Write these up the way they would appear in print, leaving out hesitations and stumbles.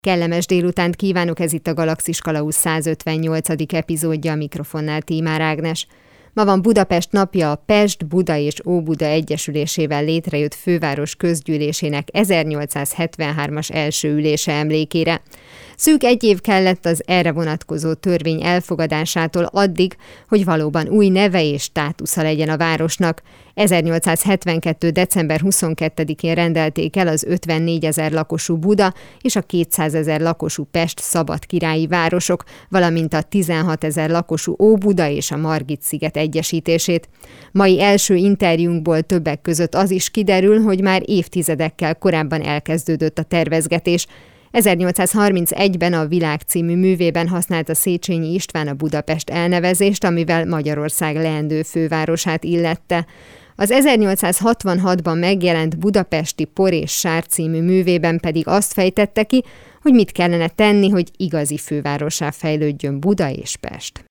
Kellemes délutánt kívánok, ez itt a Galaxis Kalauz 158. epizódja, a mikrofonnál Tímár Ágnes. Ma van Budapest napja, a Pest, Buda és Óbuda egyesülésével létrejött főváros közgyűlésének 1873-as első ülése emlékére. Szűk egy év kellett az erre vonatkozó törvény elfogadásától addig, hogy valóban új neve és státusza legyen a városnak. 1872. december 22-én rendelték el az 54 000 lakosú Buda és a 200 000 lakosú Pest szabadkirályi városok, valamint a 16 000 lakosú Óbuda és a Margit-sziget egyesítését. Mai első interjúnkból többek között az is kiderül, hogy már évtizedekkel korábban elkezdődött a tervezgetés. 1831-ben a Világ című művében használta Széchenyi István a Budapest elnevezést, amivel Magyarország leendő fővárosát illette. Az 1866-ban megjelent Budapesti Por és Sár című művében pedig azt fejtette ki, hogy mit kellene tenni, hogy igazi fővárossá fejlődjön Buda és Pest.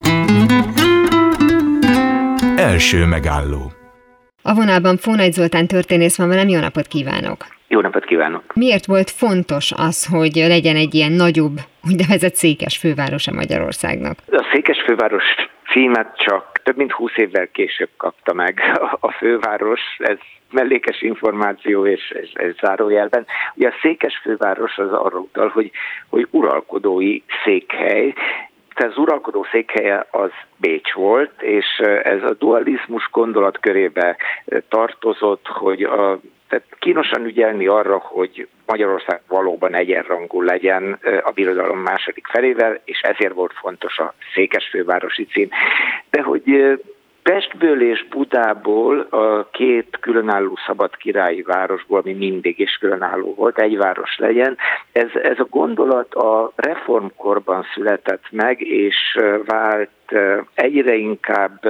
Első megálló. A vonalban Fónagy Zoltán történész van velem, jó napot kívánok! Jó napot kívánok! Miért volt fontos az, hogy legyen egy ilyen nagyobb, úgynevezett székes fővárosa Magyarországnak? A székes főváros címet csak több mint 20 évvel később kapta meg a főváros, ez mellékes információ és zárójelben. Ugye a székes főváros az arra utal, hogy uralkodói székhely. Az uralkodó székhelye az Bécs volt, és ez a dualizmus gondolatkörébe tartozott, hogy tehát kínosan ügyelni arra, hogy Magyarország valóban egyenrangú legyen a birodalom második felével, és ezért volt fontos a székesfővárosi cím. De hogy Pestből és Budából, a két különálló szabadkirályi városból, ami mindig is különálló volt, egy város legyen. Ez a gondolat a reformkorban született meg, és vált egyre inkább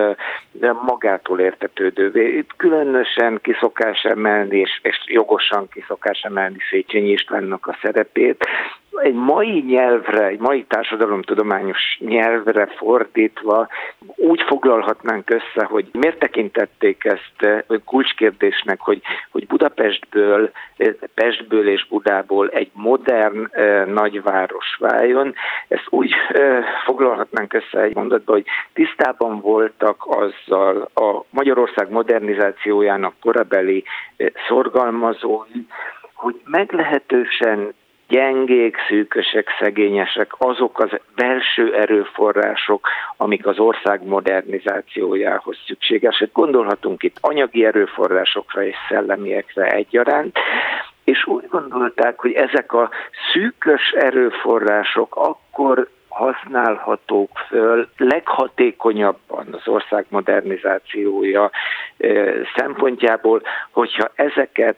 magától értetődővé. Itt különösen ki szokás emelni, és jogosan ki szokás emelni Széchenyi Istvánnak a szerepét. Egy mai nyelvre, egy mai társadalomtudományos nyelvre fordítva úgy foglalhatnánk össze, hogy miért tekintették ezt kulcskérdésnek, hogy Budapestből, Pestből és Budából egy modern nagyváros váljon. Ezt úgy foglalhatnánk össze egy mondatban, hogy tisztában voltak azzal a Magyarország modernizációjának korabeli szorgalmazói, hogy meglehetősen gyengék, szűkösek, szegényesek azok az belső erőforrások, amik az ország modernizációjához szükségesek. Gondolhatunk itt anyagi erőforrásokra és szellemiekre egyaránt, és úgy gondolták, hogy ezek a szűkös erőforrások akkor használhatók föl leghatékonyabban az ország modernizációja szempontjából, hogyha ezeket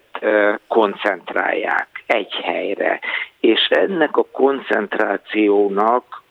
koncentrálják egy helyre. És ennek a koncentrációnak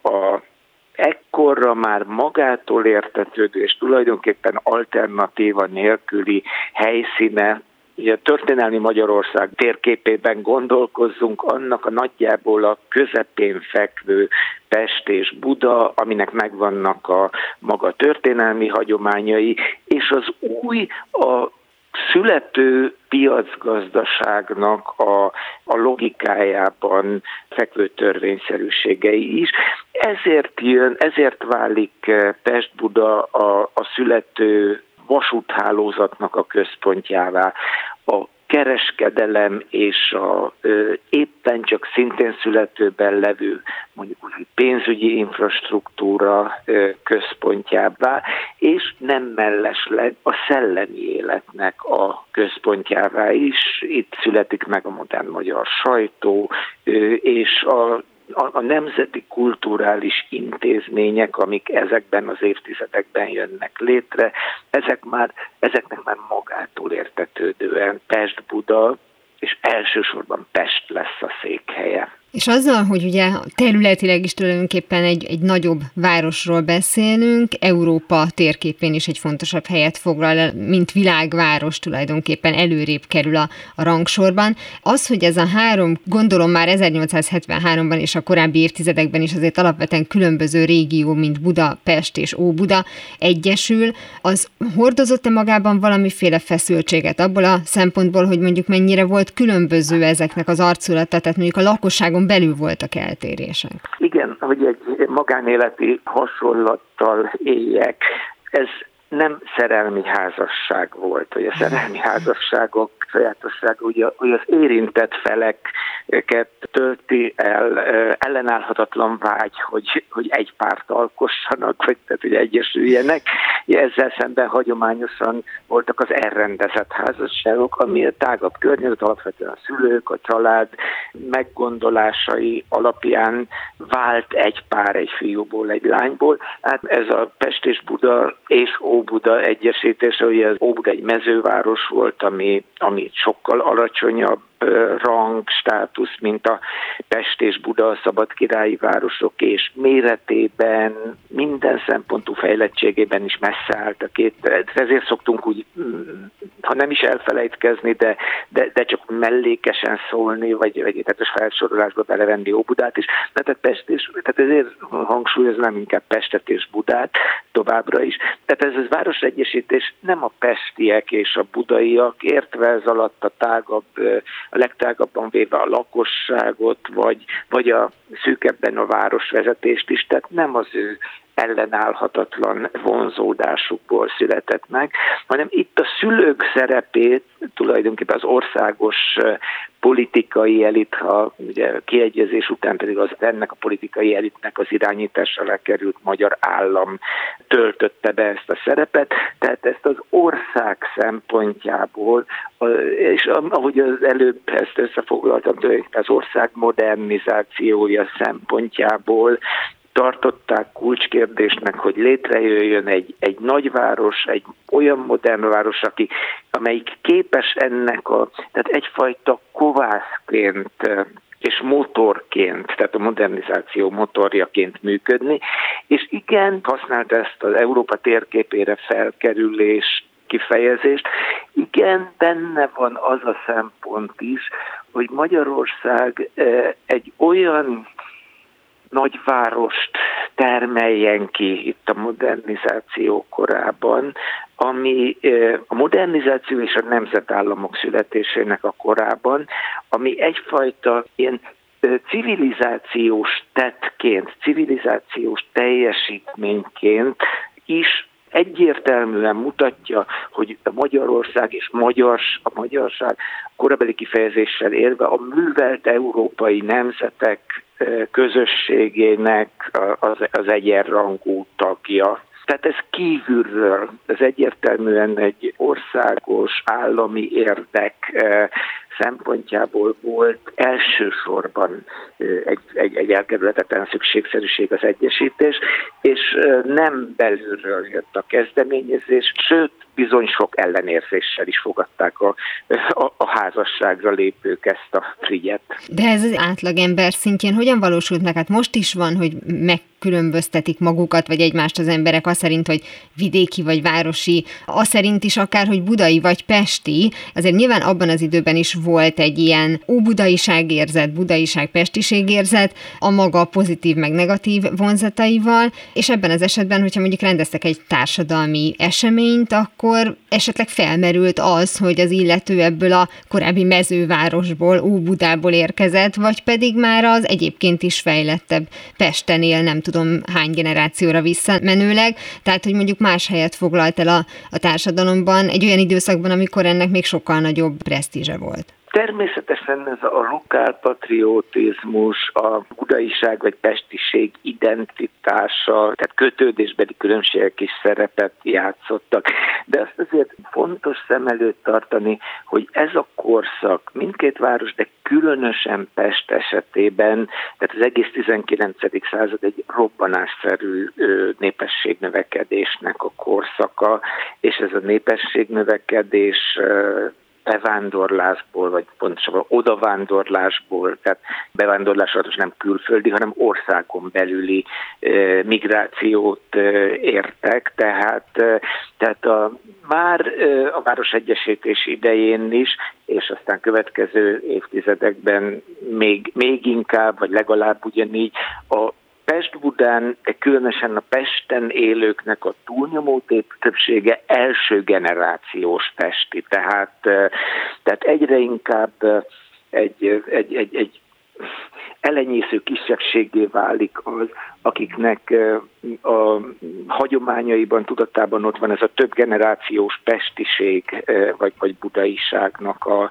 ekkorra már magától értetődő és tulajdonképpen alternatíva nélküli helyszíne, ugye a történelmi Magyarország térképében gondolkozzunk, annak a nagyjából a közepén fekvő Pest és Buda, aminek megvannak a maga történelmi hagyományai, és az új, a születő piacgazdaságnak a logikájában fekvő törvényszerűségei is. Ezért válik Pest-Buda a születő vasúthálózatnak a központjává, a kereskedelem és a éppen csak szintén születőben levő mondjuk pénzügyi infrastruktúra központjává, és nem mellesleg a szellemi életnek a központjává is. Itt születik meg a modern magyar sajtó, és a nemzeti kulturális intézmények, amik ezekben az évtizedekben jönnek létre, ezeknek már magától értetődően Pest-Buda, és elsősorban Pest lesz a székhelye. És azzal, hogy ugye területileg is tulajdonképpen egy nagyobb városról beszélünk, Európa térképén is egy fontosabb helyet foglal, mint világváros tulajdonképpen előrébb kerül a rangsorban. Az, hogy ez a három, gondolom már 1873-ban és a korábbi évtizedekben is azért alapvetően különböző régió, mint Buda, Pest és Óbuda egyesül, az hordozott-e magában valamiféle feszültséget abból a szempontból, hogy mondjuk mennyire volt különböző ezeknek az arculata, tehát mondjuk a lakosságon családon belül voltak eltérések. Igen, hogy egy magánéleti hasonlattal éljek, ez nem szerelmi házasság volt, hogy a szerelmi házasságok sajátossága, ugye, hogy az érintett feleket tölti el ellenállhatatlan vágy, hogy egy párt alkossanak, vagy tehát, hogy egyesüljenek. Ezzel szemben hagyományosan voltak az elrendezett házasságok, ami a tágabb környezet, alapvetően a szülők, a család meggondolásai alapján vált egy pár, egy fiúból, egy lányból. Hát ez a Pest és Buda és Óbuda egyesítése, ugye az Óbuda egy mezőváros volt, ami sokkal alacsonyabb rang, státusz, mint a Pest és Buda, a szabadkirályi városok, és méretében, minden szempontú fejlettségében is messze állt a két. Ezért szoktunk úgy, ha nem is elfelejtkezni, de csak mellékesen szólni, vagy tehát felsorolásba belevenni Óbudát is. Tehát ezért hangsúlyoznám inkább Pestet és Budát továbbra is. Tehát ez városegyesítés nem a pestiek és a budaiak, értve ez alatt a legtágabban véve a lakosságot, vagy a szűkebben a városvezetést is, tehát nem az ő ellenállhatatlan vonzódásukból született meg, hanem itt a szülők szerepét tulajdonképpen az országos politikai elit, ha ugye kiegyezés után pedig ennek a politikai elitnek az irányításra lekerült magyar állam töltötte be ezt a szerepet, tehát ezt az ország szempontjából, és ahogy az előbb ezt összefoglaltam, az ország modernizációja szempontjából tartották kulcskérdésnek, hogy létrejöjjön egy nagyváros, egy olyan modern város, amelyik képes tehát egyfajta kovászként és motorként, tehát a modernizáció motorjaként működni, és igen, használta ezt az Európa térképére felkerülés kifejezést. Igen, benne van az a szempont is, hogy Magyarország egy olyan nagyvárost termeljen ki itt a modernizáció korában, ami a modernizáció és a nemzetállamok születésének a korában, ami egyfajta ilyen civilizációs tettként, civilizációs teljesítményként is egyértelműen mutatja, hogy a Magyarország és a magyarság korabeli kifejezéssel érve a művelt európai nemzetek közösségének az egyenrangú tagja. Tehát ez kívülről, ez egyértelműen egy országos állami érdek szempontjából volt elsősorban egy elkerülhetetlen szükségszerűség az egyesítés, és nem belülről jött a kezdeményezés, sőt, bizony sok ellenérzéssel is fogadták a házasságra lépők ezt a frigyet. De ez az átlagember szintjén hogyan valósult meg? Hát most is van, hogy megkülönböztetik magukat, vagy egymást az emberek azt szerint, hogy vidéki vagy városi, azt szerint is akár, hogy budai vagy pesti. Azért nyilván abban az időben is volt egy ilyen óbudaiságérzet, budaiság-pestiségérzet, a maga pozitív meg negatív vonzataival, és ebben az esetben, hogyha mondjuk rendeztek egy társadalmi eseményt, akkor esetleg felmerült az, hogy az illető ebből a korábbi mezővárosból, Óbudából érkezett, vagy pedig már az egyébként is fejlettebb Pesten él, nem tudom hány generációra visszamenőleg, tehát hogy mondjuk más helyet foglalt el a társadalomban egy olyan időszakban, amikor ennek még sokkal nagyobb presztízse volt. Természetesen ez a lokálpatriotizmus, a budaiság vagy pestiség identitása, tehát kötődésbeli különbségek is szerepet játszottak. De azt azért fontos szem előtt tartani, hogy ez a korszak mindkét város, de különösen Pest esetében, tehát az egész 19. század egy robbanásszerű népességnövekedésnek a korszaka, és ez a népességnövekedés bevándorlásból, vagy pontosabban odavándorlásból, tehát bevándorlás alatt nem külföldi, hanem országon belüli migrációt értek, tehát már a városegyesítés idején is, és aztán következő évtizedekben még inkább, vagy legalább ugyanígy a Pest-Budán, de különösen a Pesten élőknek a túlnyomó többsége első generációs pesti, tehát egyre inkább egy elenyésző kisebbséggé válik az, akiknek a hagyományaiban, tudatában ott van ez a több generációs pestiség, vagy budaiságnak a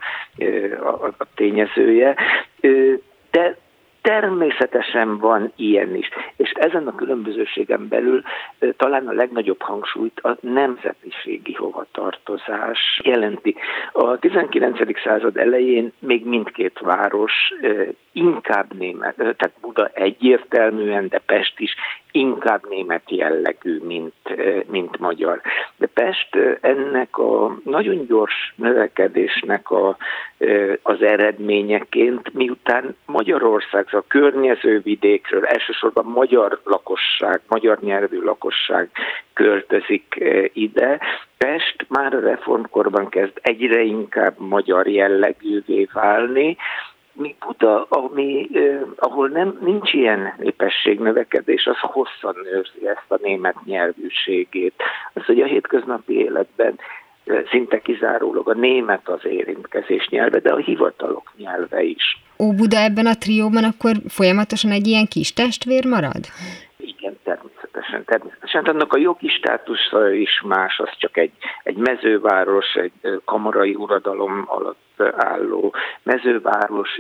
tényezője. De természetesen van ilyen is, és ezen a különbözőségen belül talán a legnagyobb hangsúlyt a nemzetiségi hovatartozás jelenti. A 19. század elején még mindkét város inkább német, tehát Buda egyértelműen, de Pest is inkább német jellegű, mint magyar. De Pest ennek a nagyon gyors növekedésnek az eredményeként, miután Magyarország, a környező vidékről, elsősorban magyar lakosság, magyar nyelvű lakosság költözik ide, Pest már a reformkorban kezd egyre inkább magyar jellegűvé válni, míg Buda, ahol nincs ilyen népességnövekedés, az hosszan őrzi ezt a német nyelvűségét. Az, hogy a hétköznapi életben szinte kizárólag a német az érintkezés nyelve, de a hivatalok nyelve is. Óbuda ebben a trióban akkor folyamatosan egy ilyen kis testvér marad? Igen, természetesen. Annak a jogi státusza is más, az csak egy mezőváros, egy kamarai uradalom alatt álló mezőváros,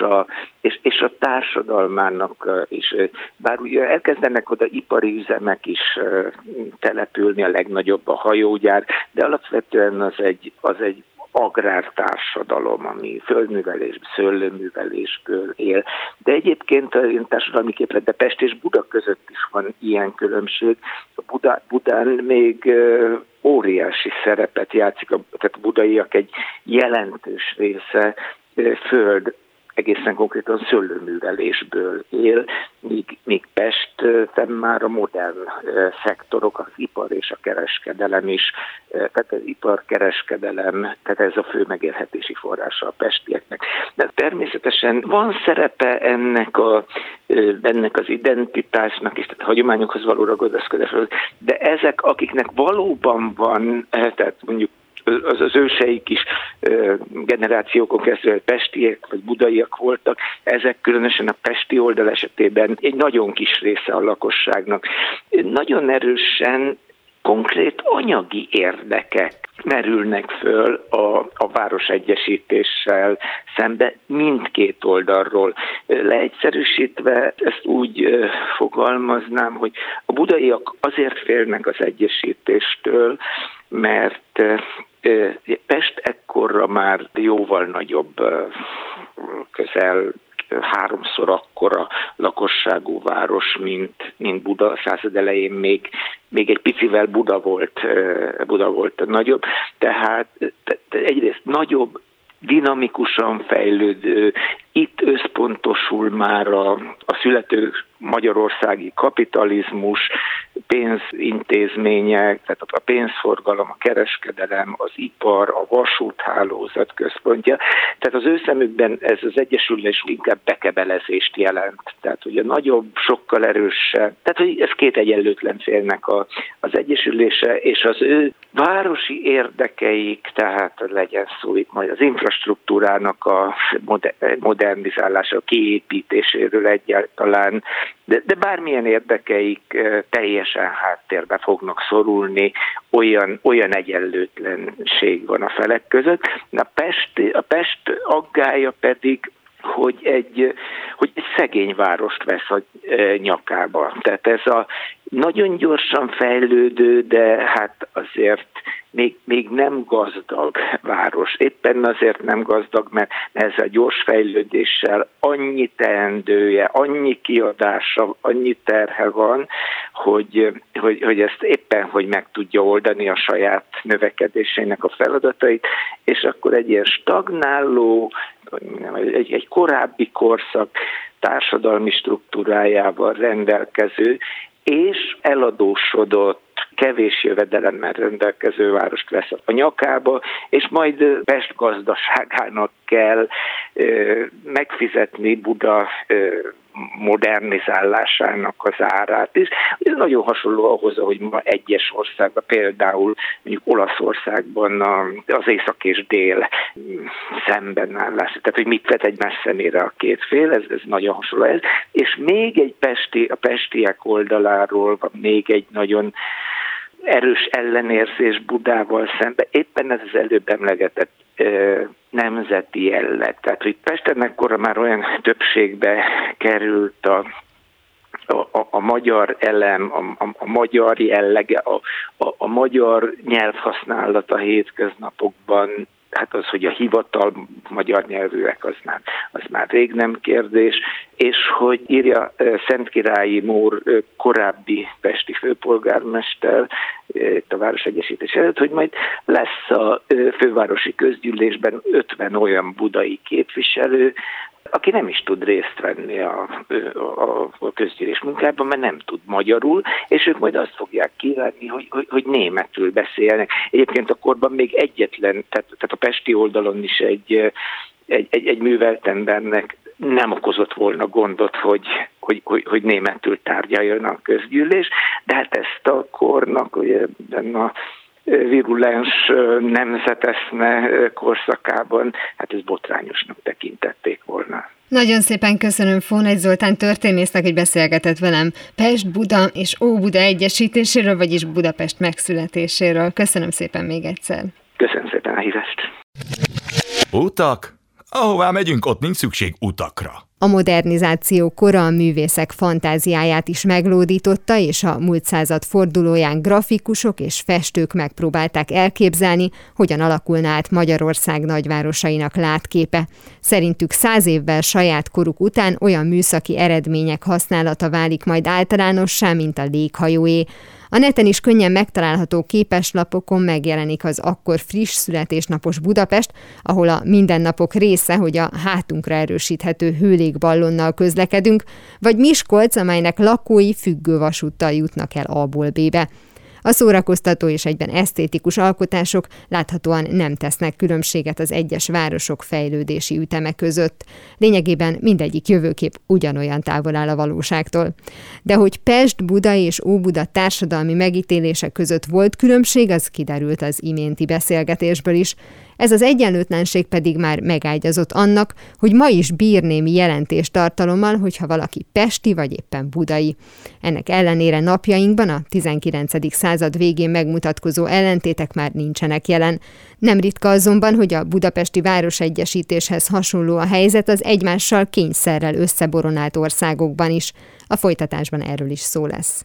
és a társadalmának is. Bár ugye elkezdenek oda ipari üzemek is települni, a legnagyobb a hajógyár, de alapvetően az egy agrártársadalom, ami földművelésből, szőlőművelésből él. De egyébként a társadalmi képlet, de Pest és Buda között is van ilyen különbség. Budán még óriási szerepet játszik, tehát a budaiak egy jelentős része föld, egészen konkrétan szőlőművelésből él, míg Pesten már a modern szektorok, az ipar és a kereskedelem is, tehát az iparkereskedelem, tehát ez a fő megélhetési forrása a pestieknek. De természetesen van szerepe ennek az identitásnak is, tehát a hagyományokhoz való ragaszkodáshoz, de ezek, akiknek valóban van, tehát mondjuk az őseik is generációkon keresztül pestiek vagy budaiak voltak, ezek különösen a pesti oldal esetében egy nagyon kis része a lakosságnak. Nagyon erősen konkrét anyagi érdekek merülnek föl a városegyesítéssel szembe mindkét oldalról. Leegyszerűsítve ezt úgy fogalmaznám, hogy a budaiak azért félnek az egyesítéstől, mert Pest ekkorra már jóval nagyobb, közel 3-szor akkora lakosságú város, mint Buda. A század elején még egy picivel Buda volt nagyobb, tehát egyrészt nagyobb, dinamikusan fejlődő, itt összpontosul már a születő magyarországi kapitalizmus, pénzintézmények, tehát a pénzforgalom, a kereskedelem, az ipar, a vasúthálózat központja. Tehát az ő szemükben ez az egyesülés inkább bekebelezést jelent. Tehát ugye nagyobb, sokkal erősebb. Tehát hogy ez két egyenlőtlen félnek az egyesülése, és az ő városi érdekeik, tehát legyen szó itt majd az infrastruktúrának a modernizálása, a kiépítéséről egyáltalán, de bármilyen érdekeik teljesen háttérbe fognak szorulni, olyan egyenlőtlenség van a felek között. A Pest aggája pedig, hogy egy szegény várost vesz a nyakába. Tehát ez a nagyon gyorsan fejlődő, de hát azért még nem gazdag város. Éppen azért nem gazdag, mert ezzel a gyors fejlődéssel annyi teendője, annyi kiadása, annyi terhe van, hogy ezt éppen hogy meg tudja oldani a saját növekedésének a feladatait, és akkor egy ilyen stagnáló, egy korábbi korszak társadalmi struktúrájával rendelkező, és eladósodott, kevés jövedelemmel rendelkező várost vesz a nyakába, és majd Pest gazdaságának kell megfizetni Buda modernizálásának az árát is. Ez nagyon hasonló ahhoz, ahogy ma egyes országban, például mondjuk Olaszországban az észak és dél szembenállás. Tehát, hogy mit vet egymás szemére a két fél, ez nagyon hasonló ez. És még egy a pestiek oldaláról van még egy nagyon erős ellenérzés Budával szemben. Éppen ez az előbb emlegetett nemzeti jelleg. Tehát, hogy Pesten ekkora már olyan többségbe került a magyar elem, a magyar jellege, a magyar nyelvhasználat a hétköznapokban, hát az, hogy a hivatal magyar nyelvűek, az már rég nem kérdés, és hogy írja Szentkirályi Mór korábbi pesti főpolgármester a városegyesítés előtt, hogy majd lesz a fővárosi közgyűlésben 50 olyan budai képviselő, aki nem is tud részt venni a közgyűlés munkában, mert nem tud magyarul, és ők majd azt fogják kívánni, hogy németül beszélnek. Egyébként akkorban még egyetlen, tehát a pesti oldalon is egy művelt embernek nem okozott volna gondot, hogy németül tárgyaljon a közgyűlés, de hát ezt a kornak, ugye a virulens nemzeteszme korszakában, hát ez botrányosnak tekintették volna. Nagyon szépen köszönöm Fónay Zoltán történésznek, hogy beszélgetett velem Pest, Buda és Óbuda egyesítéséről, vagyis Budapest megszületéséről. Köszönöm szépen még egyszer. Köszönöm szépen a hívást. Utak? Ahová megyünk, ott nincs szükség utakra. A modernizáció kora a művészek fantáziáját is meglódította, és a múlt század fordulóján grafikusok és festők megpróbálták elképzelni, hogyan alakulna át Magyarország nagyvárosainak látképe. Szerintük 100 évvel saját koruk után olyan műszaki eredmények használata válik majd általánossá, mint a léghajóé. A neten is könnyen megtalálható képeslapokon megjelenik az akkor friss születésnapos Budapest, ahol a mindennapok része, hogy a hátunkra erősíthető hőlégballonnal közlekedünk, vagy Miskolc, amelynek lakói függővasúttal jutnak el A-ból B-be. A szórakoztató és egyben esztétikus alkotások láthatóan nem tesznek különbséget az egyes városok fejlődési üteme között. Lényegében mindegyik jövőkép ugyanolyan távol áll a valóságtól. De hogy Pest, Buda és Óbuda társadalmi megítélése között volt különbség, az kiderült az iménti beszélgetésből is. Ez az egyenlőtlenség pedig már megágyazott annak, hogy ma is bír némi jelentéstartalommal, hogyha valaki pesti vagy éppen budai. Ennek ellenére napjainkban a 19. század végén megmutatkozó ellentétek már nincsenek jelen. Nem ritka azonban, hogy a budapesti városegyesítéshez hasonló a helyzet az egymással kényszerrel összeboronált országokban is. A folytatásban erről is szó lesz.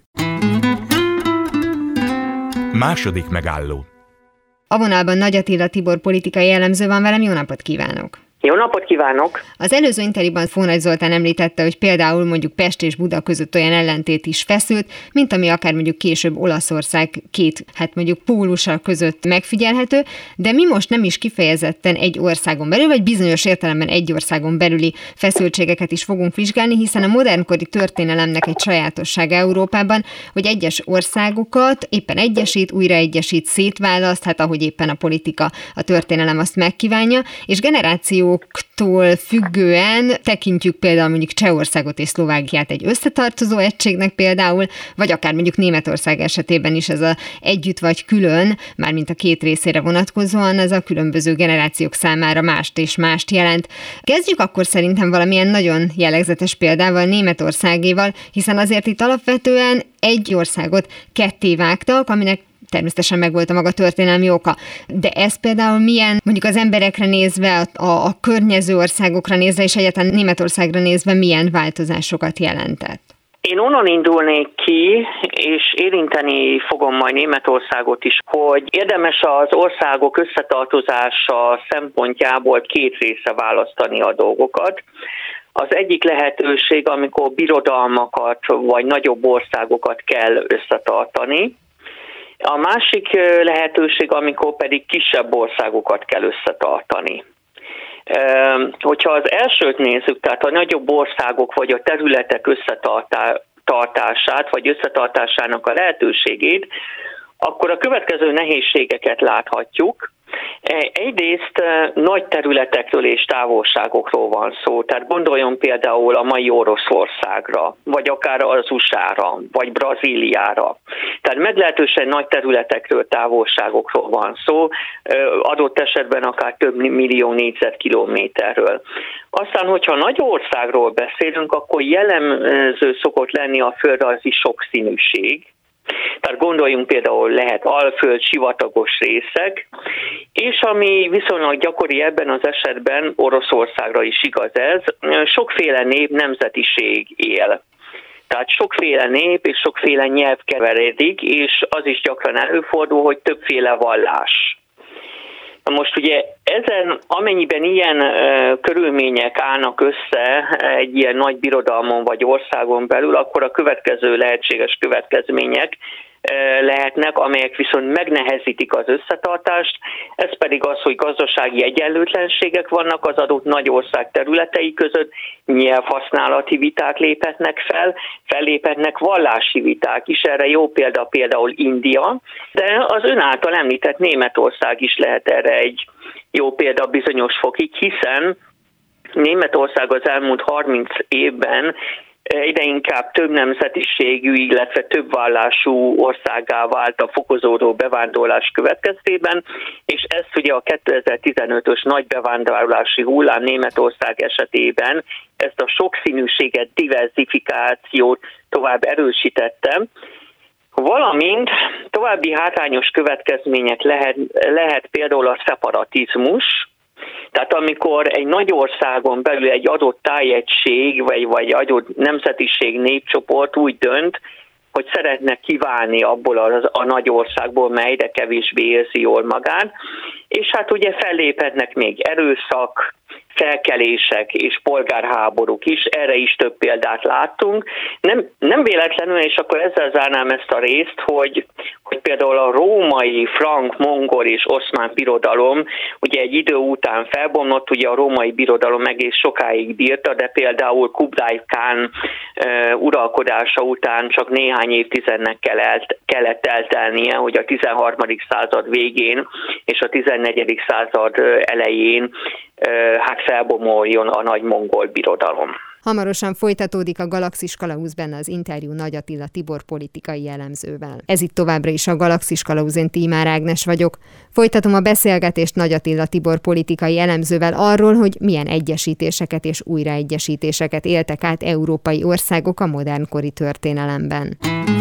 Második megálló. A vonalban Nagy Attila Tibor politikai elemző van velem, jó napot kívánok! Jó napot kívánok! Az előző interjúban Fónay Zoltán említette, hogy például mondjuk Pest és Buda között olyan ellentét is feszült, mint ami akár mondjuk később Olaszország két, mondjuk pólusa között megfigyelhető, de mi most nem is kifejezetten egy országon belül, vagy bizonyos értelemben egy országon belüli feszültségeket is fogunk vizsgálni, hiszen a modernkori történelemnek egy sajátossága Európában, hogy egyes országokat éppen egyesít, újraegyesít, szétválaszt, ahogy éppen a politika, a történelem azt megkívánja, és generációktól függően tekintjük például mondjuk Csehországot és Szlovákiát egy összetartozó egységnek például, vagy akár mondjuk Németország esetében is ez a együtt vagy külön, mármint a két részére vonatkozóan, ez a különböző generációk számára mást és mást jelent. Kezdjük akkor szerintem valamilyen nagyon jellegzetes példával, Németországéval, hiszen azért itt alapvetően egy országot ketté vágtak, aminek természetesen megvolt a maga történelmi oka. De ez például milyen, mondjuk az emberekre nézve, a környező országokra nézve, és egyáltalán Németországra nézve milyen változásokat jelentett? Én onnan indulnék ki, és érinteni fogom majd Németországot is, hogy érdemes az országok összetartozása szempontjából két része választani a dolgokat. Az egyik lehetőség, amikor birodalmakat vagy nagyobb országokat kell összetartani. A másik lehetőség, amikor pedig kisebb országokat kell összetartani. Hogyha az elsőt nézzük, tehát a nagyobb országok vagy a területek összetartását, vagy összetartásának a lehetőségét, akkor a következő nehézségeket láthatjuk. Egyrészt nagy területekről és távolságokról van szó, tehát gondoljon például a mai Oroszországra, vagy akár az USA-ra, vagy Brazíliára. Tehát meglehetősen nagy területekről, távolságokról van szó, adott esetben akár több millió négyzetkilométerről. Aztán, hogyha nagy országról beszélünk, akkor jellemző szokott lenni a földrajzi sokszínűség. Tehát gondoljunk például lehet alföld, sivatagos részek, és ami viszonylag gyakori ebben az esetben, Oroszországra is igaz ez, sokféle nép, nemzetiség él. Tehát sokféle nép és sokféle nyelv keveredik, és az is gyakran előfordul, hogy többféle vallás. Most ugye ezen, amennyiben ilyen körülmények állnak össze egy ilyen nagy birodalmon vagy országon belül, akkor a következő lehetséges következmények lehetnek, amelyek viszont megnehezítik az összetartást, ez pedig az, hogy gazdasági egyenlőtlenségek vannak az adott nagy ország területei között, nyelvhasználati viták felléphetnek vallási viták is, erre jó példa például India, de az ön által említett Németország is lehet erre egy jó példa bizonyos fokig, hiszen Németország az elmúlt 30 évben egyre inkább több nemzetiségű, illetve több vallású országgá vált a fokozódó bevándorlás következtében, és ezt ugye a 2015-ös nagy bevándorlási hullám Németország esetében ezt a sokszínűséget, diverzifikációt tovább erősítette, valamint további hátrányos következmények lehet például a szeparatizmus. Tehát amikor egy nagy országon belül egy adott tájegység, vagy adott nemzetiség, népcsoport úgy dönt, hogy szeretne kiválni abból a nagy országból, melyre kevésbé érzi jól magát, és hát ugye felléphetnek még erőszak, felkelések és polgárháborúk is, erre is több példát láttunk. Nem véletlenül, és akkor ezzel zárnám ezt a részt, hogy például a római, frank, mongol és oszmán birodalom ugye egy idő után felbomlott, ugye a római birodalom egész sokáig bírta, de például Kublai Khan uralkodása után csak néhány évtizednek kellett eltelnie, hogy a 13. század végén és a 14. század elején hát felbomoljon a nagy mongol birodalom. Hamarosan folytatódik a Galaxis Kalauz, benne az interjú Nagy Attila Tibor politikai elemzővel. Ez itt továbbra is a Galaxis Kalauz, én Tímár Ágnes vagyok. Folytatom a beszélgetést Nagy Attila Tibor politikai elemzővel arról, hogy milyen egyesítéseket és újraegyesítéseket éltek át európai országok a modernkori történelemben.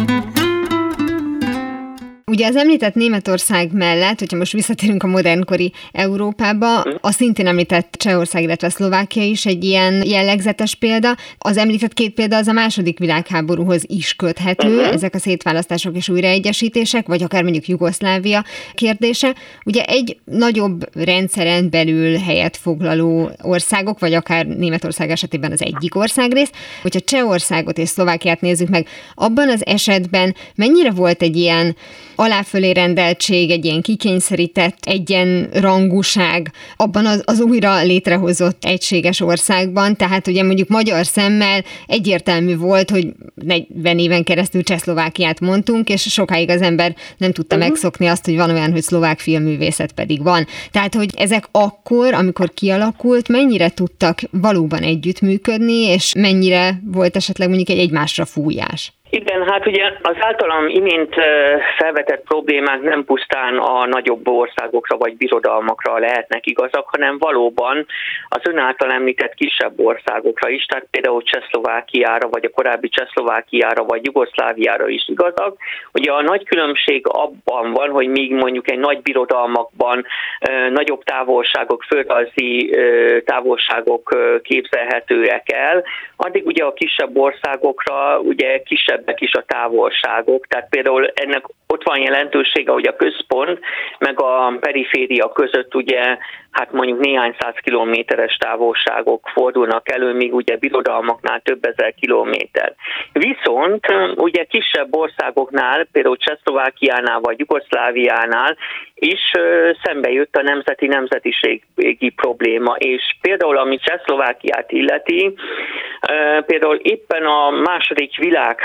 Ugye az említett Németország mellett, hogyha most visszatérünk a modernkori Európába, a szintén említett Csehország, illetve Szlovákia is egy ilyen jellegzetes példa. Az említett két példa az a második világháborúhoz is köthető, ezek a szétválasztások és újraegyesítések, vagy akár mondjuk Jugoszlávia kérdése. Ugye egy nagyobb rendszeren belül helyet foglaló országok, vagy akár Németország esetében az egyik országrész, hogyha Csehországot és Szlovákiát nézzük meg, abban az esetben mennyire volt egy ilyen aláfölé rendeltség, egy ilyen kikényszerített egyenrangúság abban az újra létrehozott egységes országban, tehát ugye mondjuk magyar szemmel egyértelmű volt, hogy 40 éven keresztül Csehszlovákiát mondtunk, és sokáig az ember nem tudta megszokni azt, hogy van olyan, hogy szlovák filmművészet pedig van. Tehát, hogy ezek akkor, amikor kialakult, mennyire tudtak valóban együttműködni, és mennyire volt esetleg mondjuk egy egymásra fújás? Igen, hát ugye az általam imént felvetett problémák nem pusztán a nagyobb országokra vagy birodalmakra lehetnek igazak, hanem valóban az ön által említett kisebb országokra is, tehát például Csehszlovákiára, vagy a korábbi Csehszlovákiára, vagy Jugoszláviára is igazak. Ugye a nagy különbség abban van, hogy míg mondjuk egy nagy birodalmakban nagyobb távolságok, földrajzi távolságok képzelhetőek el, addig ugye a kisebb országokra ugye kisebbek is a távolságok, tehát például ennek ott van jelentősége, hogy a központ meg a periféria között ugye hát mondjuk néhány száz kilométeres távolságok fordulnak elő, míg ugye birodalmaknál több ezer kilométer. Viszont ugye kisebb országoknál, például Csehszlovákiánál vagy Jugoszláviánál is szembe jött a nemzetiségi probléma, és például ami Csehszlovákiát illeti, például éppen a második világháború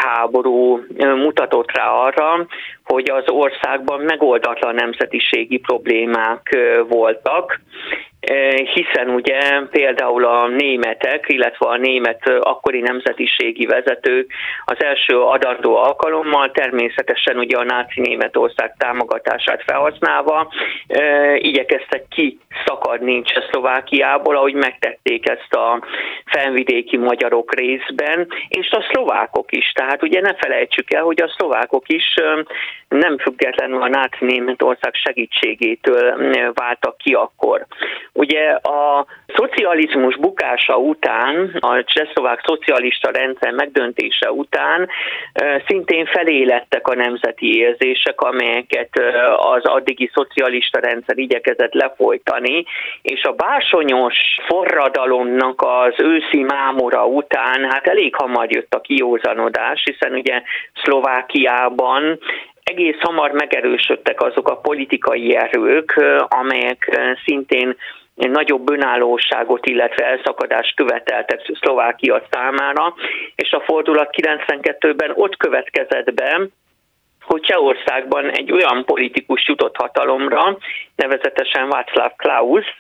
háború mutatott rá arra, hogy az országban megoldatlan nemzetiségi problémák voltak, hiszen ugye például a németek, illetve a német akkori nemzetiségi vezetők az első adandó alkalommal természetesen ugye a náci Németország támogatását felhasználva igyekeztek kiszakadni Csehszlovákiából, ahogy megtették ezt a felvidéki magyarok részben, és a szlovákok is. Tehát ugye ne felejtsük el, hogy a szlovákok is nem függetlenül a náci Németország segítségétől váltak ki akkor. Ugye a szocializmus bukása után, a csehszlovák szocialista rendszer megdöntése után szintén felélettek a nemzeti érzések, amelyeket az addigi szocialista rendszer igyekezett lefolytani, és a bársonyos forradalomnak az őszi mámora után hát elég hamar jött a kiózanodás, hiszen ugye Szlovákiában egész hamar megerősödtek azok a politikai erők, amelyek szintén nagyobb önállóságot, illetve elszakadást követeltek Szlovákia számára, és a fordulat 92-ben ott következett be, hogy Csehországban egy olyan politikus jutott hatalomra, nevezetesen Václav Klaus,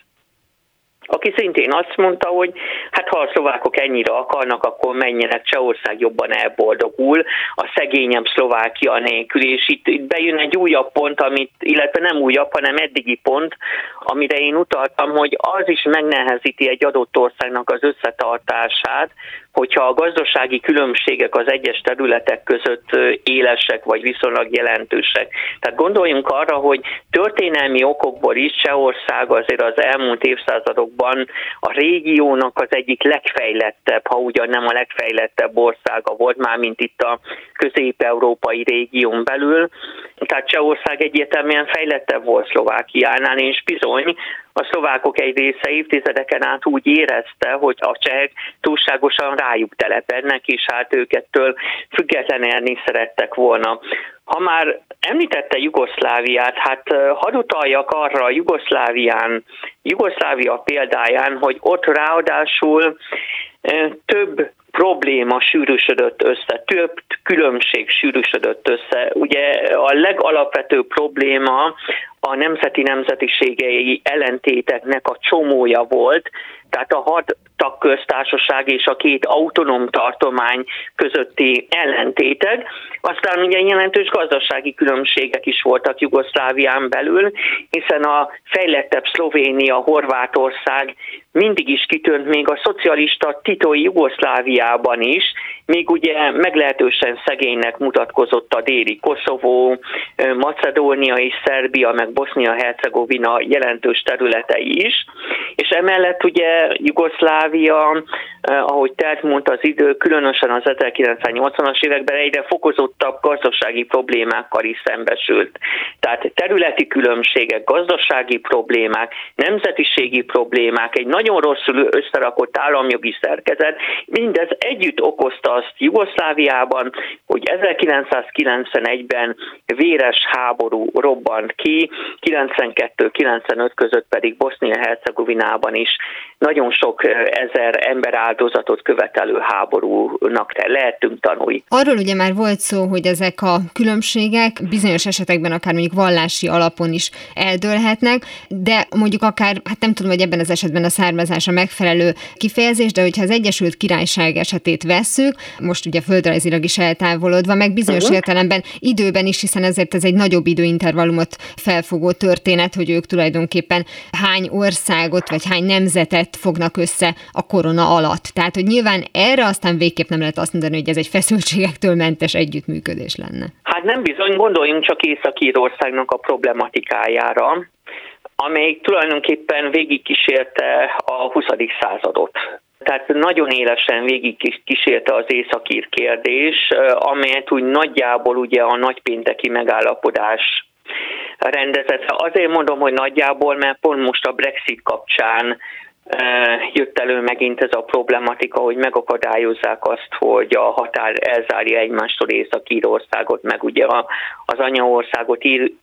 aki szintén azt mondta, hogy hát ha a szlovákok ennyire akarnak, akkor menjenek, Csehország jobban elboldogul a szegényebb Szlovákia nélkül, és itt bejön egy újabb pont, illetve nem újabb, hanem eddigi pont, amire én utaltam, hogy az is megnehezíti egy adott országnak az összetartását, hogyha a gazdasági különbségek az egyes területek között élesek vagy viszonylag jelentősek. Tehát gondoljunk arra, hogy történelmi okokból is Csehország azért az elmúlt évszázadokban a régiónak az egyik legfejlettebb, ha ugyan nem a legfejlettebb országa volt, már mint itt a közép-európai régión belül. Tehát Csehország egyértelműen fejlettebb volt Szlovákiánál, és bizony a szlovákok egy része évtizedeken át úgy érezte, hogy a csehek túlságosan rájuk telepednek, és hát őkettől függetlenedni szerettek volna. Ha már említette Jugoszláviát, hát hadd utaljak arra a Jugoszlávia példáján, hogy ott ráadásul több probléma sűrűsödött össze, több különbség sűrűsödött össze. Ugye a legalapvetőbb probléma a nemzetiségei ellentéteknek a csomója volt, tehát a 6 tagköztársaság és a 2 autonóm tartomány közötti ellentétek. Aztán ugye jelentős gazdasági különbségek is voltak Jugoszlávián belül, hiszen a fejlettebb Szlovénia, Horvátország mindig is kitűnt még a szocialista titói Jugoszláviában is, még ugye meglehetősen szegénynek mutatkozott a déli Koszovó, Macedónia és Szerbia, meg Bosznia-Hercegovina jelentős területei is, és emellett ugye Jugoszlávia, ahogy telt múlt az idő, különösen az 1980-as években egyre fokozottabb gazdasági problémákkal is szembesült. Tehát területi különbségek, gazdasági problémák, nemzetiségi problémák, egy nagyon rosszul összerakott államjogi szerkezet, mindez együtt okozta azt Jugoszláviában, hogy 1991-ben véres háború robbant ki, 92-95 között pedig Bosznia-Hercegovinában is nagyon sok ezer ember áldozatot követelő háborúnak lehetünk tanulni. Arról ugye már volt szó, hogy ezek a különbségek bizonyos esetekben akár mondjuk vallási alapon is eldőlhetnek, de mondjuk akár, hát nem tudom, hogy ebben az esetben a származás a megfelelő kifejezés, de hogyha az Egyesült Királyság esetét vesszük, most ugye földrajzilag is eltávolodva, meg bizonyos értelemben időben is, hiszen ezért ez egy nagyobb időintervallumot felfogó történet, hogy ők tulajdonképpen hány országot vagy hány nemzetet fognak össze a korona alatt. Tehát, hogy nyilván erre aztán végképp nem lehet azt mondani, hogy ez egy feszültségektől mentes együttműködés lenne. Hát nem bizony, gondoljunk csak Észak-Írországnak a problematikájára, amelyik tulajdonképpen végigkísérte a 20. századot. Tehát nagyon élesen végigkísérte az északír kérdés, amelyet úgy nagyjából ugye a nagypénteki megállapodás rendezett. Azért mondom, hogy nagyjából, mert pont most a Brexit kapcsán jött elő megint ez a problematika, hogy megakadályozzák azt, hogy a határ elzárja egymástól Észak-Írországot, meg ugye az anyaországot,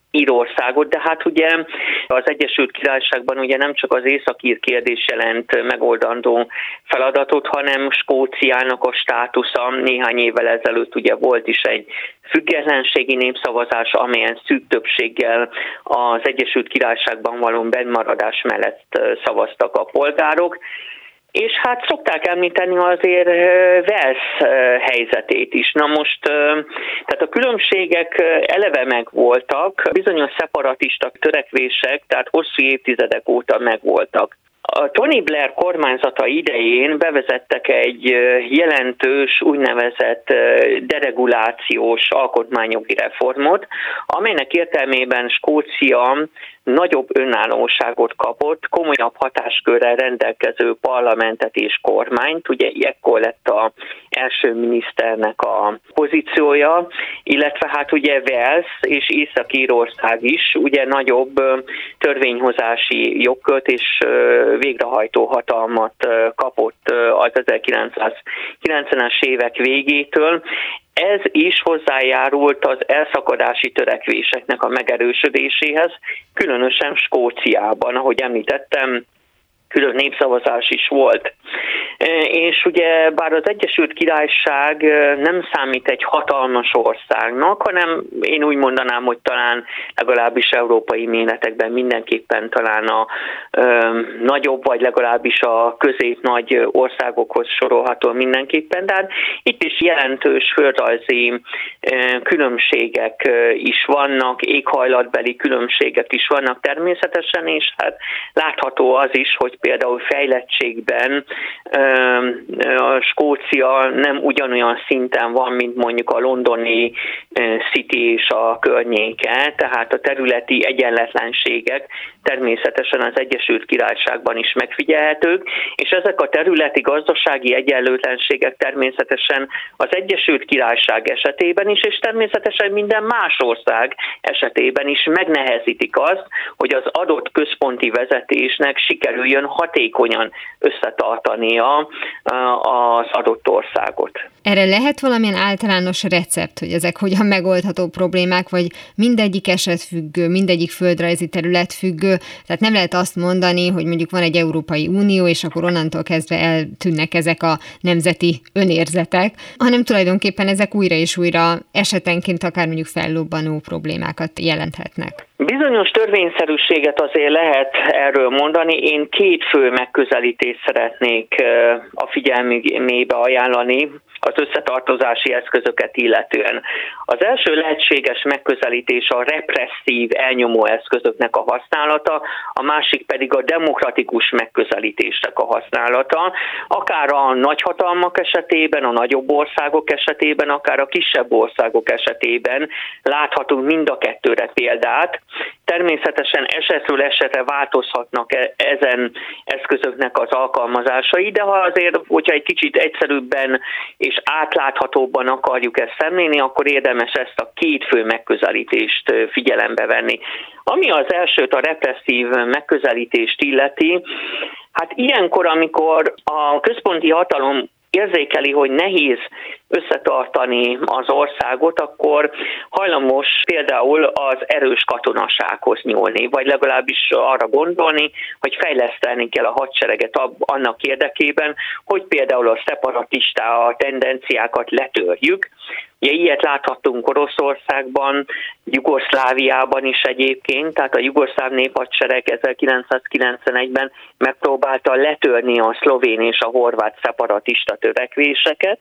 Írországot, de hát ugye az Egyesült Királyságban ugye nem csak az északír kérdés jelent megoldandó feladatot, hanem Skóciának a státusza. Néhány évvel ezelőtt ugye volt is egy függetlenségi népszavazás, amelyen szűk többséggel az Egyesült Királyságban való bennmaradás mellett szavaztak a polgárok. És hát szokták említeni azért Wales helyzetét is. Na most, tehát a különbségek eleve megvoltak, bizonyos szeparatista törekvések, tehát hosszú évtizedek óta megvoltak. A Tony Blair kormányzata idején bevezettek egy jelentős úgynevezett deregulációs alkotmányjogi reformot, amelynek értelmében Skócia nagyobb önállóságot kapott, komolyabb hatáskörrel rendelkező parlamentet és kormányt, ugye ekkor lett az első miniszternek a pozíciója, illetve hát ugye Wales és Észak-Írország is ugye nagyobb törvényhozási jogkört és végrehajtó hatalmat kapott az 1990-es évek végétől. Ez is hozzájárult az elszakadási törekvéseknek a megerősödéséhez, különösen Skóciában, ahogy említettem, külön népszavazás is volt. És ugye bár az Egyesült Királyság nem számít egy hatalmas országnak, hanem én úgy mondanám, hogy talán legalábbis európai méretekben mindenképpen talán a nagyobb, vagy legalábbis a közép-nagy országokhoz sorolható mindenképpen, de hát itt is jelentős földrajzi különbségek is vannak, éghajlatbeli különbségek is vannak természetesen, és hát látható az is, hogy például fejlettségben a Skócia nem ugyanolyan szinten van, mint mondjuk a londoni City és a környéke, tehát a területi egyenletlenségek természetesen az Egyesült Királyságban is megfigyelhetők, és ezek a területi gazdasági egyenlőtlenségek természetesen az Egyesült Királyság esetében is, és természetesen minden más ország esetében is megnehezítik azt, hogy az adott központi vezetésnek sikerüljön hatékonyan összetartania az adott országot. Erre lehet valamilyen általános recept, hogy ezek hogyan megoldható problémák, vagy mindegyik eset függő, mindegyik földrajzi terület függő, tehát nem lehet azt mondani, hogy mondjuk van egy Európai Unió, és akkor onnantól kezdve eltűnnek ezek a nemzeti önérzetek, hanem tulajdonképpen ezek újra és újra esetenként akár mondjuk fellobbanó problémákat jelenthetnek. Bizonyos törvényszerűséget azért lehet erről mondani. Én két fő megközelítést szeretnék a figyelmébe ajánlani az összetartozási eszközöket illetően. Az első lehetséges megközelítés a represszív elnyomó eszközöknek a használata, a másik pedig a demokratikus megközelítésnek a használata, akár a nagyhatalmak esetében, a nagyobb országok esetében, akár a kisebb országok esetében láthatunk mind a kettőre példát. Természetesen esetről esetre változhatnak ezen eszközöknek az alkalmazásai, de ha azért, hogyha egy kicsit egyszerűbben és átláthatóbban akarjuk ezt szemlélni, akkor érdemes ezt a két fő megközelítést figyelembe venni. Ami az elsőt, a represszív megközelítést illeti, hát ilyenkor, amikor a központi hatalom érzékeli, hogy nehéz összetartani az országot, akkor hajlamos például az erős katonasághoz nyúlni, vagy legalábbis arra gondolni, hogy fejleszteni kell a hadsereget annak érdekében, hogy például a szeparatista tendenciákat letörjük. Ugye ilyet láthattunk Oroszországban, Jugoszláviában is egyébként, tehát a jugoszláv néphadsereg 1991-ben megpróbálta letörni a szlovén és a horvát szeparatista törekvéseket.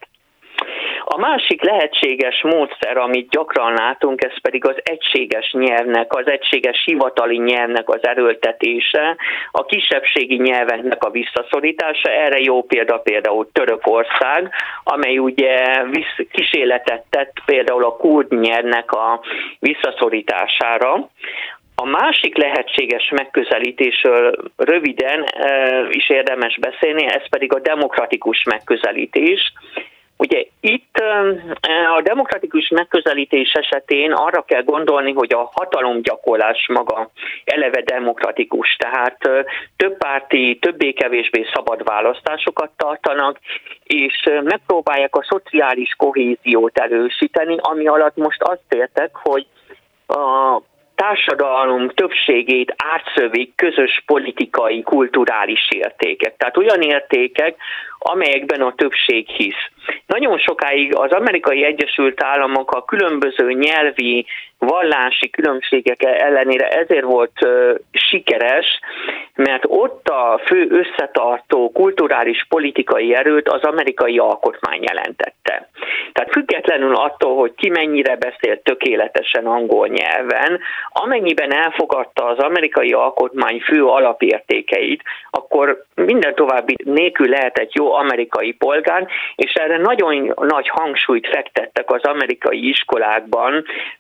A másik lehetséges módszer, amit gyakran látunk, ez pedig az egységes nyelvnek, az egységes hivatali nyelvnek az erőltetése, a kisebbségi nyelveknek a visszaszorítása. Erre jó példa például Törökország, amely ugye kísérletet tett például a kurd nyelvnek a visszaszorítására. A másik lehetséges megközelítésről röviden is érdemes beszélni, ez pedig a demokratikus megközelítés. Ugye itt a demokratikus megközelítés esetén arra kell gondolni, hogy a hatalomgyakorlás maga eleve demokratikus, tehát több párti, többé-kevésbé szabad választásokat tartanak, és megpróbálják a szociális kohéziót erősíteni, ami alatt most azt értek, hogy a társadalom többségét átszövik közös politikai, kulturális értékek. Tehát olyan értékek, amelyekben a többség hisz. Nagyon sokáig az Amerikai Egyesült Államok a különböző nyelvi, vallási különbségek ellenére ezért volt sikeres, mert ott a fő összetartó kulturális politikai erőt az amerikai alkotmány jelentette. Tehát függetlenül attól, hogy ki mennyire beszélt tökéletesen angol nyelven, amennyiben elfogadta az amerikai alkotmány fő alapértékeit, akkor minden további nélkül lehetett jó amerikai polgár, és erre nagyon nagy hangsúlyt fektettek az amerikai iskolákban,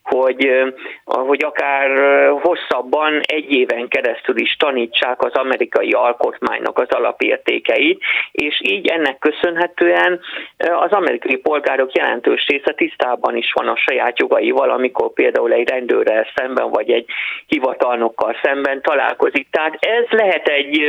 hogy akár hosszabban 1 éven keresztül is tanítsák az amerikai alkotmánynak az alapértékeit, és így ennek köszönhetően az amerikai polgárok jelentős része tisztában is van a saját jogaival, amikor például egy rendőrrel szemben, vagy egy hivatalnokkal szemben találkozik. Tehát ez lehet egy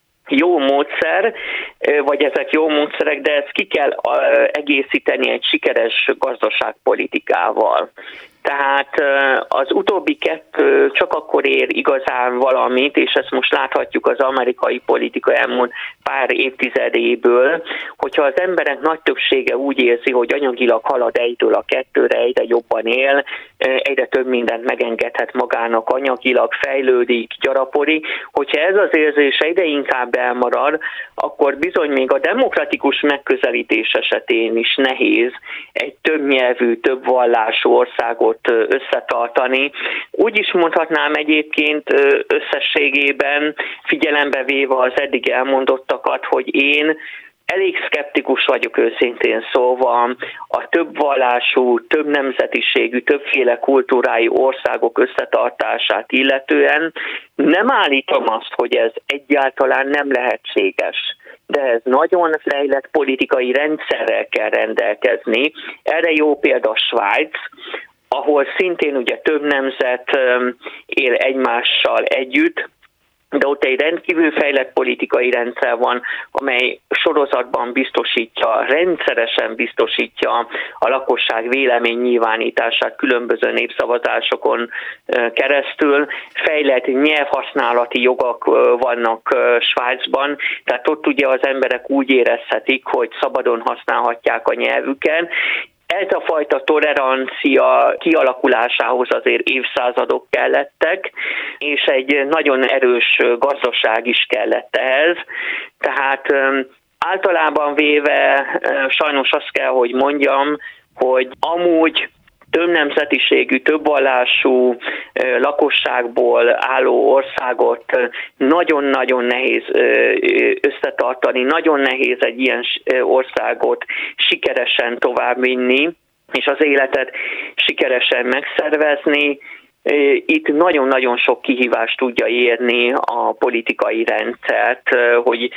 jó módszer, vagy ezek jó módszerek, de ezt ki kell egészíteni egy sikeres gazdaságpolitikával. Tehát az utóbbi 2 csak akkor ér igazán valamit, és ezt most láthatjuk az amerikai politika elmúlt pár évtizedéből, hogyha az emberek nagy többsége úgy érzi, hogy anyagilag halad 1-től a 2-re, egyre jobban él, egyre több mindent megengedhet magának anyagilag, fejlődik, gyarapodik. Hogyha ez az érzés egyre inkább elmarad, akkor bizony még a demokratikus megközelítés esetén is nehéz egy többnyelvű, több vallású országot összetartani. Úgy is mondhatnám egyébként összességében, figyelembe véve az eddig elmondottakat, hogy én elég szkeptikus vagyok őszintén szóval a több vallású, több nemzetiségű, többféle kultúrájú országok összetartását illetően. Nem állítom azt, hogy ez egyáltalán nem lehetséges, de ez nagyon fejlett politikai rendszerrel kell rendelkezni. Erre jó példa Svájc, ahol szintén ugye több nemzet él egymással együtt, de ott egy rendkívül fejlett politikai rendszer van, amely sorozatban rendszeresen biztosítja a lakosság véleménynyilvánítását különböző népszavazásokon keresztül. Fejlett nyelvhasználati jogok vannak Svájcban, tehát ott ugye az emberek úgy érezhetik, hogy szabadon használhatják a nyelvüket. Ez a fajta tolerancia kialakulásához azért évszázadok kellettek, és egy nagyon erős gazdaság is kellett ehhez. Tehát általában véve sajnos azt kell, hogy mondjam, hogy amúgy több nemzetiségű, több vallású lakosságból álló országot nagyon-nagyon nehéz összetartani, nagyon nehéz egy ilyen országot sikeresen továbbvinni, és az életet sikeresen megszervezni. Itt nagyon-nagyon sok kihívást tudja érni a politikai rendszert, hogy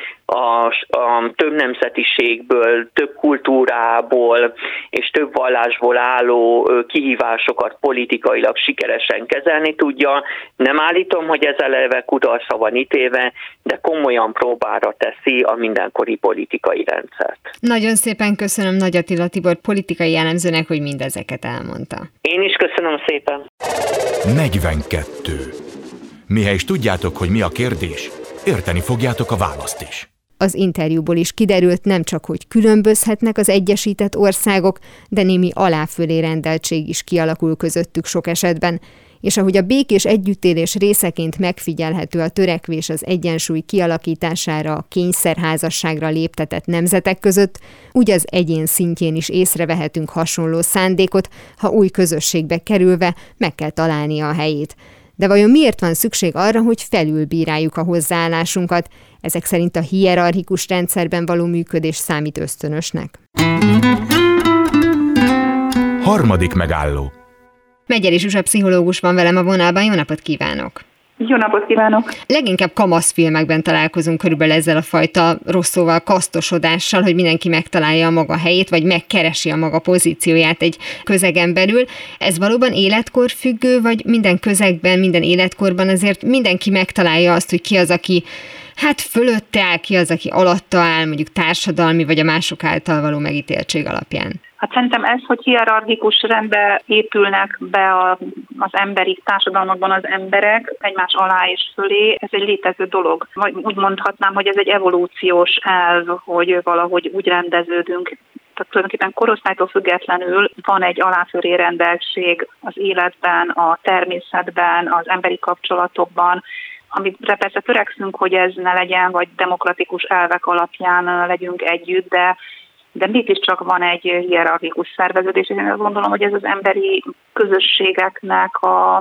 a több nemzetiségből, több kultúrából és több vallásból álló kihívásokat politikailag sikeresen kezelni tudja. Nem állítom, hogy ez eleve kudarcra van ítélve, de komolyan próbára teszi a mindenkori politikai rendszert. Nagyon szépen köszönöm Nagy Attila Tibor politikai elemzőnek, hogy mindezeket elmondta. Én is köszönöm szépen. 42. Mihely is tudjátok, hogy mi a kérdés, érteni fogjátok a választ is. Az interjúból is kiderült nem csak, hogy különbözhetnek az egyesített országok, de némi aláfölé rendeltség is kialakul közöttük sok esetben, és ahogy a békés együttélés részeként megfigyelhető a törekvés az egyensúly kialakítására, a kényszerházasságra léptetett nemzetek között, úgy az egyén szintjén is észrevehetünk hasonló szándékot, ha új közösségbe kerülve meg kell találnia a helyét. De vajon miért van szükség arra, hogy felülbíráljuk a hozzáállásunkat? Ezek szerint a hierarchikus rendszerben való működés számít ösztönösnek. 3. megálló. Megyeri Zsuzsa pszichológus van velem a vonalban, jó napot kívánok! Jó napot kívánok! Leginkább kamaszfilmekben találkozunk körülbelül ezzel a fajta rossz szóval kasztosodással, hogy mindenki megtalálja a maga helyét, vagy megkeresi a maga pozícióját egy közegen belül. Ez valóban életkorfüggő, vagy minden közegben, minden életkorban azért mindenki megtalálja azt, hogy ki az, aki fölötte áll, ki az, aki alatta áll, mondjuk társadalmi, vagy a mások által való megítéltség alapján? Hát szerintem ez, hogy hierarchikus rendbe épülnek be az emberi társadalmakban az emberek egymás alá és fölé, ez egy létező dolog. Vagy úgy mondhatnám, hogy ez egy evolúciós elv, hogy valahogy úgy rendeződünk. Tehát tulajdonképpen korosztálytól függetlenül van egy alá-fölé rendeltség az életben, a természetben, az emberi kapcsolatokban, amire persze törekszünk, hogy ez ne legyen, vagy demokratikus elvek alapján legyünk együtt, de mégiscsak van egy hierarchikus szerveződés, és én azt gondolom, hogy ez az emberi közösségeknek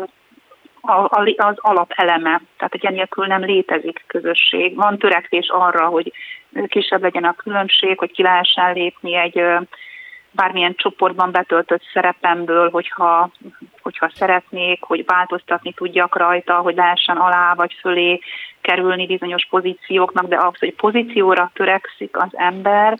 az alapeleme. Tehát egy enélkül nem létezik közösség. Van törekvés arra, hogy kisebb legyen a különbség, hogy ki lehessen lépni egy bármilyen csoportban betöltött szerepemből, hogyha szeretnék, hogy változtatni tudjak rajta, hogy lehessen alá vagy fölé kerülni bizonyos pozícióknak, de az, hogy pozícióra törekszik az ember,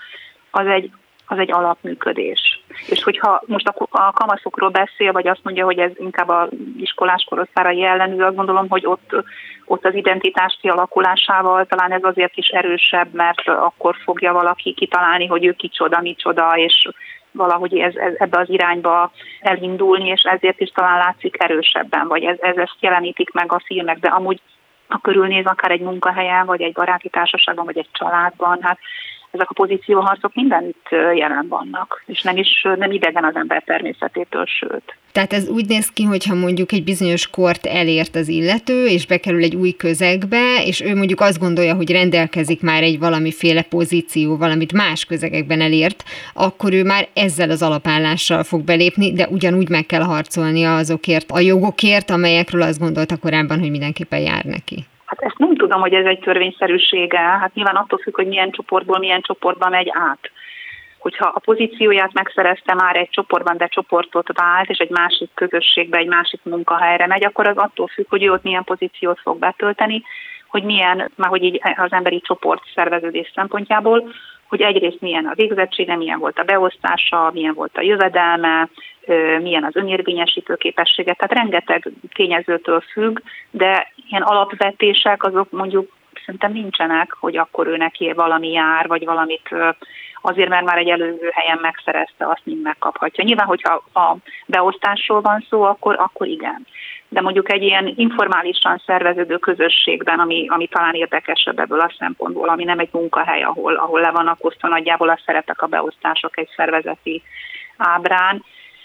az egy alapműködés. És hogyha most a kamaszokról beszél, vagy azt mondja, hogy ez inkább az iskolás korosztályra jellemző, azt gondolom, hogy ott az identitás kialakulásával talán ez azért is erősebb, mert akkor fogja valaki kitalálni, hogy ő kicsoda, micsoda, és valahogy ez ebbe az irányba elindulni, és ezért is talán látszik erősebben, vagy ezt jelenítik meg a filmek, de amúgy ha körülnéz akár egy munkahelyen, vagy egy baráti társaságban, vagy egy családban, hát ezek a pozícióharcok mindenütt jelen vannak, és nem idegen az ember természetétől, sőt. Tehát ez úgy néz ki, hogyha mondjuk egy bizonyos kort elért az illető, és bekerül egy új közegbe, és ő mondjuk azt gondolja, hogy rendelkezik már egy valamiféle pozíció, valamit más közegekben elért, akkor ő már ezzel az alapállással fog belépni, de ugyanúgy meg kell harcolnia azokért a jogokért, amelyekről azt gondolta korábban, hogy mindenképpen jár neki. Hát ezt nem tudom, hogy ez egy törvényszerűsége. Hát nyilván attól függ, hogy milyen csoportban megy át. Hogyha a pozícióját megszerezte már egy csoportban, de csoportot vált, és egy másik közösségbe, egy másik munkahelyre megy, akkor az attól függ, hogy ő ott milyen pozíciót fog betölteni, hogy milyen, már hogy így az emberi csoport szerveződés szempontjából, hogy egyrészt milyen a végzettsége, milyen volt a beosztása, milyen volt a jövedelme, milyen az önérvényesítő képessége. Tehát rengeteg tényezőtől függ, de ilyen alapvetések azok mondjuk szerintem nincsenek, hogy akkor ő neki valami jár, vagy valamit azért, mert már egy előző helyen megszerezte, azt mind megkaphatja. Nyilván, hogyha a beosztásról van szó, akkor igen. De mondjuk egy ilyen informálisan szerveződő közösségben, ami talán érdekesebb ebből a szempontból, ami nem egy munkahely, ahol le vannak osztva nagyjából a szerepek, a beosztások egy szervezeti ábrán,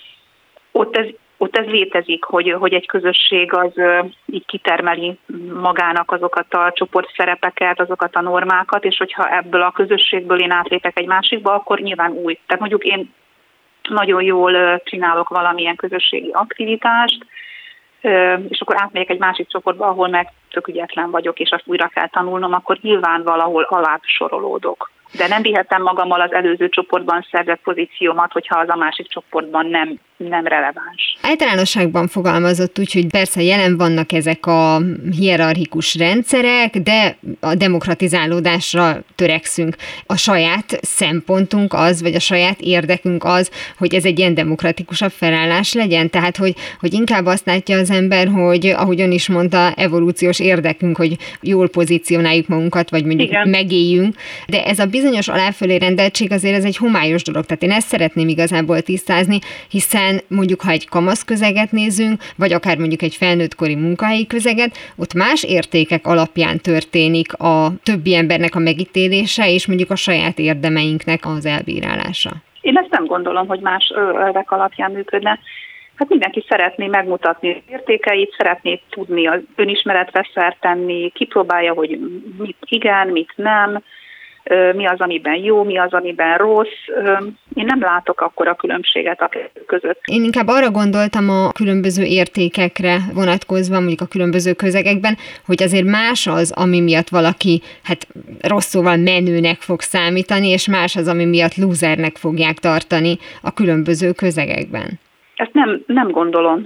ott ez létezik, hogy egy közösség az így kitermeli magának azokat a csoportszerepeket, azokat a normákat, és hogyha ebből a közösségből én átlépek egy másikba, akkor nyilván új. Tehát mondjuk én nagyon jól csinálok valamilyen közösségi aktivitást, és akkor átmegyek egy másik csoportba, ahol meg tök ügyetlen vagyok, és azt újra kell tanulnom, akkor nyilván valahol alább sorolódok. De nem vihetem magammal az előző csoportban szerzett pozíciómat, hogyha az a másik csoportban nem releváns. Általánosságban fogalmazott úgy, hogy persze jelen vannak ezek a hierarchikus rendszerek, de a demokratizálódásra törekszünk. A saját szempontunk az, vagy a saját érdekünk az, hogy ez egy ilyen demokratikusabb felállás legyen. Tehát, hogy inkább azt látja az ember, hogy ahogy ön is mondta, evolúciós érdekünk, hogy jól pozícionáljuk magunkat, vagy mondjuk igen, megéljünk. De ez a bizonyos aláfölé rendeltség azért ez egy homályos dolog. Tehát én ezt szeretném igazából tisztázni, hiszen mondjuk, ha egy kamasz közeget nézünk, vagy akár mondjuk egy felnőttkori munkahelyi közeget, ott más értékek alapján történik a többi embernek a megítélése, és mondjuk a saját érdemeinknek az elbírálása. Én ezt nem gondolom, hogy más elvek alapján működne. Hát mindenki szeretné megmutatni az értékeit, szeretné tudni az önismeretre szert tenni, kipróbálja, hogy mit igen, mit nem, mi az, amiben jó, mi az, amiben rossz. Én nem látok akkora különbséget a között. Én inkább arra gondoltam a különböző értékekre vonatkozva, mondjuk a különböző közegekben, hogy azért más az, ami miatt valaki rossz szóval menőnek fog számítani, és más az, ami miatt lúzernek fogják tartani a különböző közegekben. Ezt nem gondolom.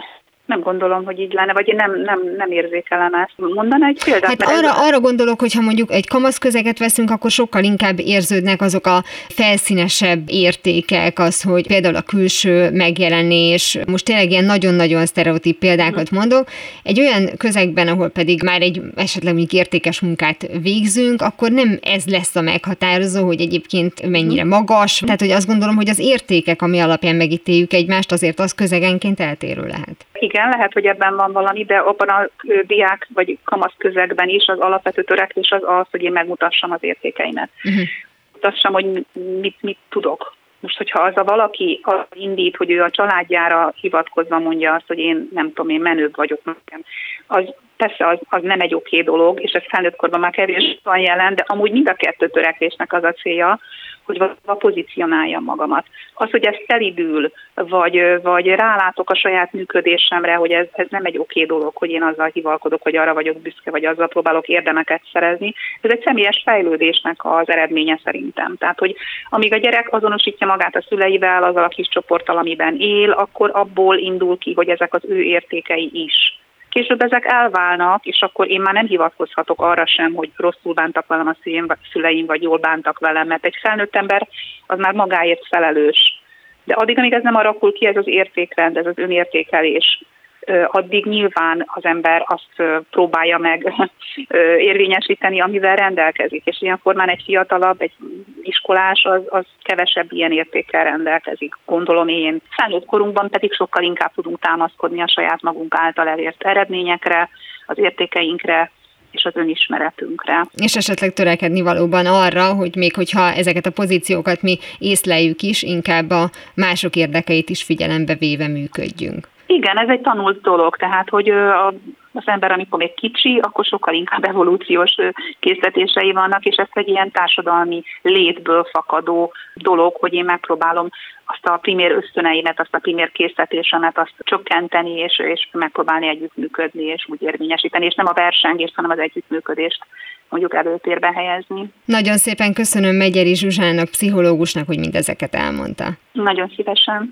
Nem gondolom, hogy így lenne, vagy én nem érzékelem ezt. Mondaná egy példát? Hát arra gondolok, hogy ha mondjuk egy kamaszközeget veszünk, akkor sokkal inkább érződnek azok a felszínesebb értékek, az, hogy például a külső megjelenés, most tényleg ilyen nagyon-nagyon sztereotíp példákat mondok, egy olyan közegben, ahol pedig már egy esetleg mondjuk értékes munkát végzünk, akkor nem ez lesz a meghatározó, hogy egyébként mennyire magas, tehát hogy azt gondolom, hogy az értékek, ami alapján megítéljük egymást, azért az közegenként eltérő lehet. Igen, lehet, hogy ebben van valami, de abban a diák vagy kamasz közegben is az alapvető törekvés az, hogy én megmutassam az értékeimet. Mutassam, hogy mit tudok. Most, hogyha az a valaki indít, hogy ő a családjára hivatkozva mondja azt, hogy én nem tudom, én menőbb vagyok nekem, az persze az nem egy oké dolog, és ez felnőtt korban már kevés van jelen, de amúgy mind a kettő törekvésnek az a célja, hogy pozícionáljam magamat. Az, hogy ez szelidül, vagy rálátok a saját működésemre, hogy ez nem egy oké dolog, hogy én azzal hivalkodok, hogy arra vagyok büszke, vagy azzal próbálok érdemeket szerezni. Ez egy személyes fejlődésnek az eredménye szerintem. Tehát, hogy amíg a gyerek azonosítja magát a szüleivel, azzal a kis csoporttal, amiben él, akkor abból indul ki, hogy ezek az ő értékei is. Később ezek elválnak, és akkor én már nem hivatkozhatok arra sem, hogy rosszul bántak velem a szüleim, vagy jól bántak velem, mert egy felnőtt ember az már magáért felelős. De addig, amíg ez nem alakul ki, ez az értékrend, ez az önértékelés, addig nyilván az ember azt próbálja meg érvényesíteni, amivel rendelkezik. És ilyen formán egy fiatalabb, egy iskolás, az kevesebb ilyen értékkel rendelkezik, gondolom én. Felnőtt korunkban pedig sokkal inkább tudunk támaszkodni a saját magunk által elért eredményekre, az értékeinkre, és az önismeretünkre. És esetleg törekedni valóban arra, hogy még hogyha ezeket a pozíciókat mi észleljük is, inkább a mások érdekeit is figyelembe véve működjünk. Igen, ez egy tanult dolog, tehát hogy az ember, amikor még kicsi, akkor sokkal inkább evolúciós késztetései vannak, és ez egy ilyen társadalmi létből fakadó dolog, hogy én megpróbálom azt a primér ösztöneimet, azt a primér késztetésemet azt csökkenteni, és megpróbálni együttműködni, és úgy érvényesíteni, és nem a versengést, hanem az együttműködést mondjuk előtérbe helyezni. Nagyon szépen köszönöm Megyeri Zsuzsának, pszichológusnak, hogy mindezeket elmondta. Nagyon szívesen.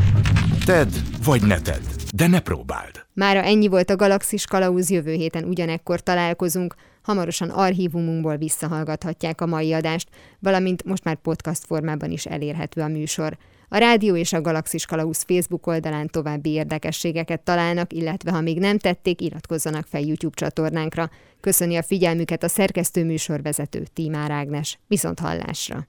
Tedd vagy ne tedd, de ne próbáld. Mára ennyi volt a Galaxis Kalauz, jövő héten ugyanekkor találkozunk, hamarosan archívumunkból visszahallgathatják a mai adást, valamint most már podcast formában is elérhető a műsor. A rádió és a Galaxis Kalauz Facebook oldalán további érdekességeket találnak, illetve ha még nem tették, iratkozzanak fel YouTube csatornánkra. Köszöni a figyelmüket a szerkesztő műsorvezető Tímár Ágnes. Viszonthallásra!